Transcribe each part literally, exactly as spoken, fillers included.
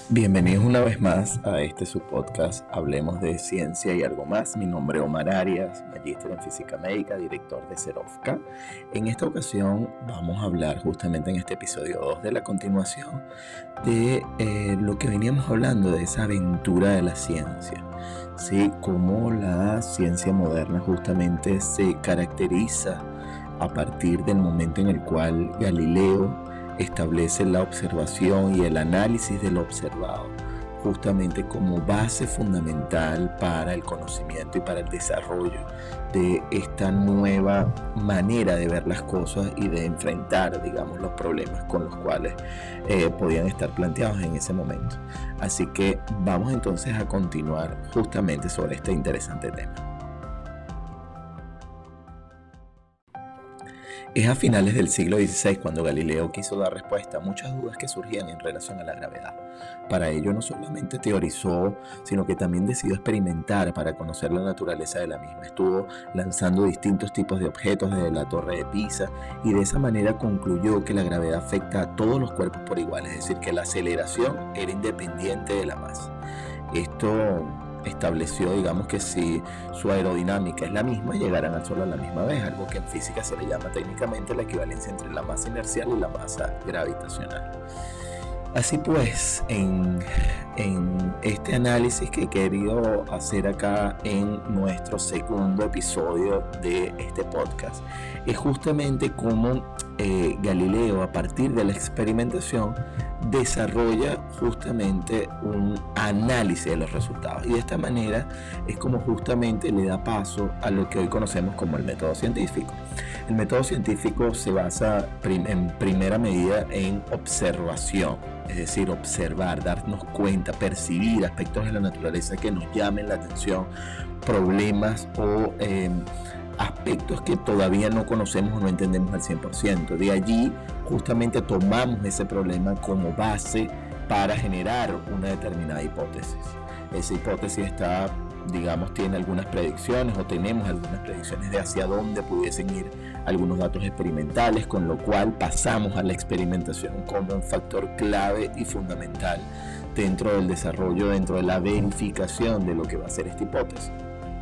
Bienvenidos una vez más a este su podcast Hablemos de Ciencia y Algo Más. Mi nombre es Omar Arias, magíster en Física Médica, director de Cerovca. En esta ocasión vamos a hablar justamente en este episodio dos de la continuación de eh, lo que veníamos hablando, de esa aventura de la ciencia. Sí, cómo la ciencia moderna justamente se caracteriza a partir del momento en el cual Galileo establece la observación y el análisis de lo observado justamente como base fundamental para el conocimiento y para el desarrollo de esta nueva manera de ver las cosas y de enfrentar, digamos, los problemas con los cuales eh, podían estar planteados en ese momento. Así que vamos entonces a continuar justamente sobre este interesante tema. Es a finales del siglo dieciséis cuando Galileo quiso dar respuesta a muchas dudas que surgían en relación a la gravedad. Para ello no solamente teorizó, sino que también decidió experimentar para conocer la naturaleza de la misma. Estuvo lanzando distintos tipos de objetos desde la Torre de Pisa y de esa manera concluyó que la gravedad afecta a todos los cuerpos por igual, es decir, que la aceleración era independiente de la masa. Esto estableció, digamos, que si su aerodinámica es la misma, llegarán al Sol a la misma vez, algo que en física se le llama técnicamente la equivalencia entre la masa inercial y la masa gravitacional. Así pues, en, en este análisis que he querido hacer acá en nuestro segundo episodio de este podcast, es justamente cómo eh, Galileo, a partir de la experimentación, desarrolla justamente un análisis de los resultados, y de esta manera es como justamente le da paso a lo que hoy conocemos como el método científico. El método científico se basa prim- en primera medida en observación, es decir, observar, darnos cuenta, percibir aspectos de la naturaleza que nos llamen la atención, problemas o eh, aspectos que todavía no conocemos o no entendemos al cien por ciento. De allí justamente tomamos ese problema como base para generar una determinada hipótesis. Esa hipótesis está, digamos, tiene algunas predicciones o tenemos algunas predicciones de hacia dónde pudiesen ir algunos datos experimentales, con lo cual pasamos a la experimentación como un factor clave y fundamental dentro del desarrollo, dentro de la verificación de lo que va a ser esta hipótesis.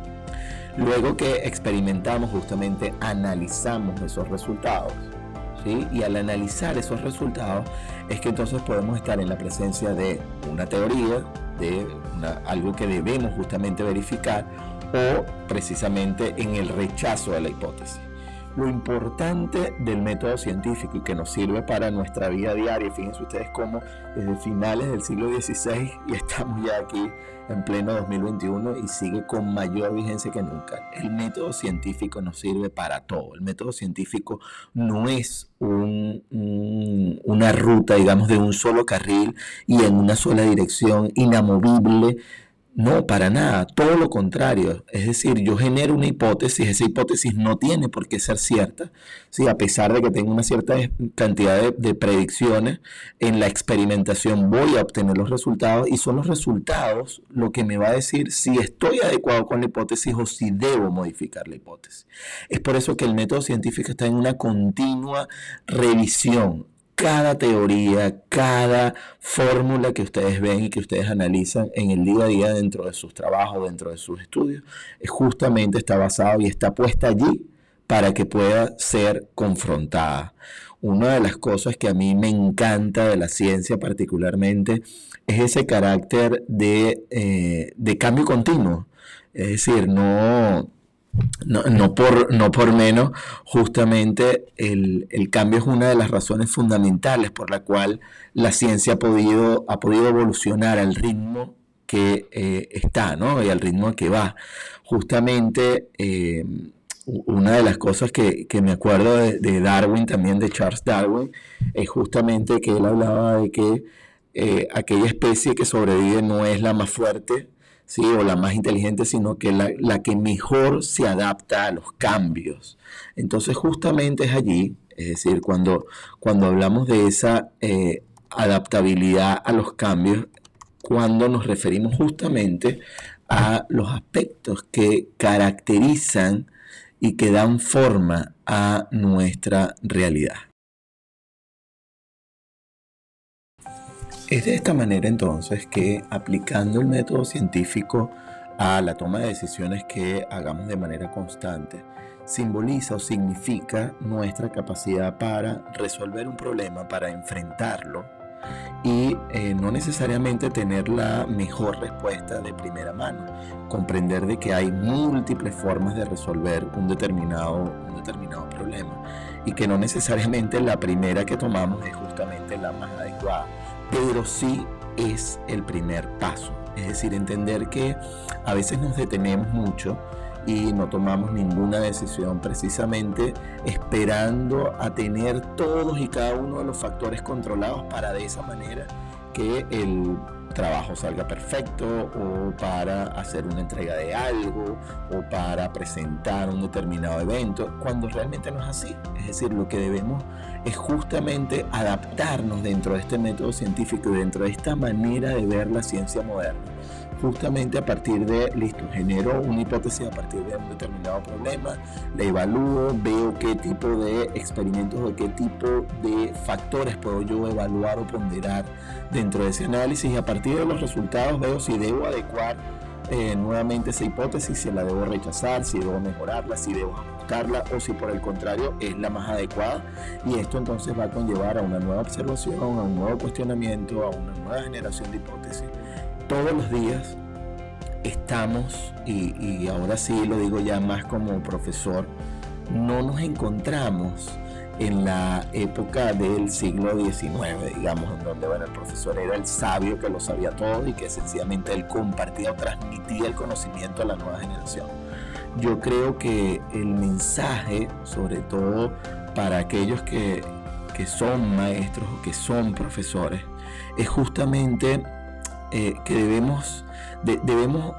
Luego que experimentamos, justamente analizamos esos resultados, ¿sí? Y al analizar esos resultados es que entonces podemos estar en la presencia de una teoría, de una, algo que debemos justamente verificar, o precisamente en el rechazo de la hipótesis. Lo importante del método científico y que nos sirve para nuestra vida diaria, fíjense ustedes cómo desde finales del siglo dieciséis y estamos ya aquí en pleno dos mil veintiuno y sigue con mayor vigencia que nunca. El método científico nos sirve para todo. El método científico no es un, un, una ruta, digamos, de un solo carril y en una sola dirección inamovible. No, para nada, todo lo contrario. Es decir, yo genero una hipótesis, esa hipótesis no tiene por qué ser cierta, ¿sí? A pesar de que tengo una cierta cantidad de, de predicciones, en la experimentación voy a obtener los resultados y son los resultados lo que me va a decir si estoy adecuado con la hipótesis o si debo modificar la hipótesis. Es por eso que el método científico está en una continua revisión. Cada teoría, cada fórmula que ustedes ven y que ustedes analizan en el día a día dentro de sus trabajos, dentro de sus estudios, justamente está basado y está puesta allí para que pueda ser confrontada. Una de las cosas que a mí me encanta de la ciencia particularmente es ese carácter de, eh, de cambio continuo. Es decir, no... No, no, por, no por menos, justamente el, el cambio es una de las razones fundamentales por la cual la ciencia ha podido, ha podido evolucionar al ritmo que eh, está, ¿no? Y al ritmo que va. Justamente eh, una de las cosas que, que me acuerdo de, de Darwin, también de Charles Darwin, es justamente que él hablaba de que eh, aquella especie que sobrevive no es la más fuerte, ¿sí? O la más inteligente, sino que la, la que mejor se adapta a los cambios. Entonces justamente es allí, es decir, cuando, cuando hablamos de esa eh, adaptabilidad a los cambios, cuando nos referimos justamente a los aspectos que caracterizan y que dan forma a nuestra realidad. Es de esta manera entonces que aplicando el método científico a la toma de decisiones que hagamos de manera constante, simboliza o significa nuestra capacidad para resolver un problema, para enfrentarlo y eh, no necesariamente tener la mejor respuesta de primera mano. Comprender de que hay múltiples formas de resolver un determinado, un determinado problema y que no necesariamente la primera que tomamos es justamente la más adecuada, pero sí es el primer paso. Es decir, entender que a veces nos detenemos mucho y no tomamos ninguna decisión precisamente esperando a tener todos y cada uno de los factores controlados para de esa manera que el trabajo salga perfecto o para hacer una entrega de algo o para presentar un determinado evento, cuando realmente no es así. Es decir, lo que debemos es justamente adaptarnos dentro de este método científico y dentro de esta manera de ver la ciencia moderna. Justamente a partir de, listo, genero una hipótesis a partir de un determinado problema, la evalúo, veo qué tipo de experimentos o qué tipo de factores puedo yo evaluar o ponderar dentro de ese análisis y a partir de los resultados veo si debo adecuar eh, nuevamente esa hipótesis, si la debo rechazar, si debo mejorarla, si debo ajustarla o si por el contrario es la más adecuada, y esto entonces va a conllevar a una nueva observación, a un nuevo cuestionamiento, a una nueva generación de hipótesis. Todos los días estamos, y, y ahora sí lo digo ya más como profesor, no nos encontramos en la época del siglo diecinueve, digamos, en donde bueno, el profesor era el sabio que lo sabía todo y que sencillamente él compartía o transmitía el conocimiento a la nueva generación. Yo creo que el mensaje, sobre todo para aquellos que, que son maestros o que son profesores, es justamente Eh, que debemos, de, debemos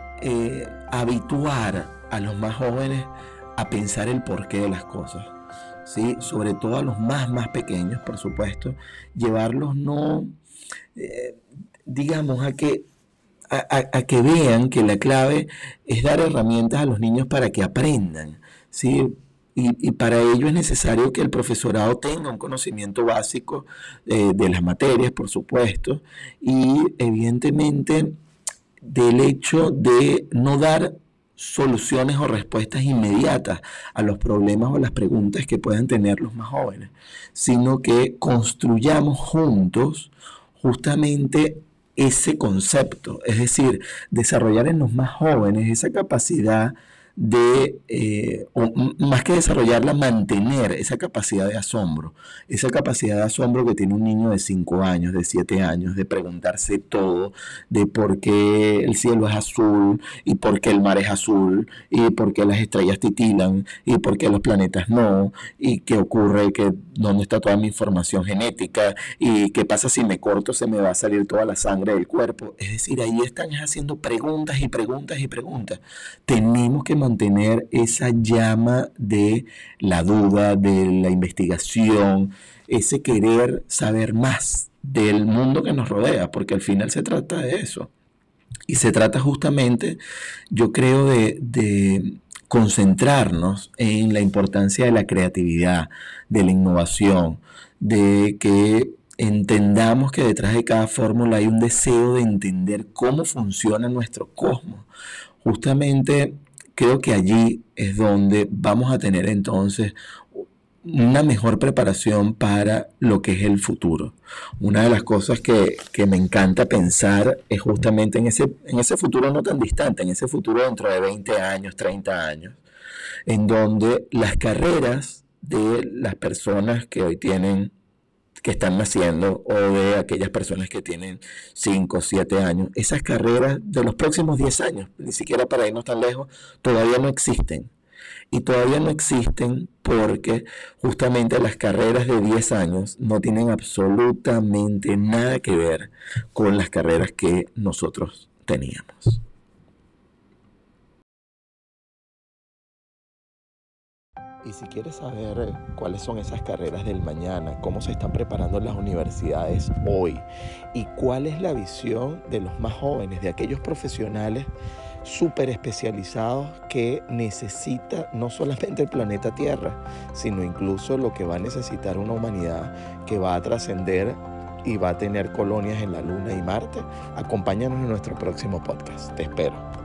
eh, habituar a los más jóvenes a pensar el porqué de las cosas, ¿sí? Sobre todo a los más, más pequeños, por supuesto, llevarlos no, eh, digamos, a que, a, a, a que vean que la clave es dar herramientas a los niños para que aprendan, ¿sí? Y, y para ello es necesario que el profesorado tenga un conocimiento básico eh, de las materias, por supuesto, y evidentemente del hecho de no dar soluciones o respuestas inmediatas a los problemas o las preguntas que puedan tener los más jóvenes, sino que construyamos juntos justamente ese concepto, es decir, desarrollar en los más jóvenes esa capacidad de, eh, o más que desarrollarla, mantener esa capacidad de asombro, esa capacidad de asombro que tiene un niño de cinco años, de siete años, de preguntarse todo, de por qué el cielo es azul, y por qué el mar es azul, y por qué las estrellas titilan, y por qué los planetas no, y qué ocurre, que dónde está toda mi información genética, y qué pasa si me corto, se me va a salir toda la sangre del cuerpo. Es decir, ahí están haciendo preguntas y preguntas y preguntas. Tenemos que mantener esa llama de la duda, de la investigación, ese querer saber más del mundo que nos rodea, porque al final se trata de eso. Y se trata justamente, yo creo, de, de concentrarnos en la importancia de la creatividad, de la innovación, de que entendamos que detrás de cada fórmula hay un deseo de entender cómo funciona nuestro cosmos. Justamente creo que allí es donde vamos a tener entonces una mejor preparación para lo que es el futuro. Una de las cosas que, que me encanta pensar es justamente en ese, en ese futuro no tan distante, en ese futuro dentro de veinte años, treinta años, en donde las carreras de las personas que hoy tienen, que están naciendo, o de aquellas personas que tienen cinco, siete años, esas carreras de los próximos diez años, ni siquiera para irnos tan lejos, todavía no existen. Y todavía no existen porque justamente las carreras de diez años no tienen absolutamente nada que ver con las carreras que nosotros teníamos. Y si quieres saber cuáles son esas carreras del mañana, cómo se están preparando las universidades hoy y cuál es la visión de los más jóvenes, de aquellos profesionales súper especializados que necesita no solamente el planeta Tierra, sino incluso lo que va a necesitar una humanidad que va a trascender y va a tener colonias en la Luna y Marte? Acompáñanos en nuestro próximo podcast. Te espero.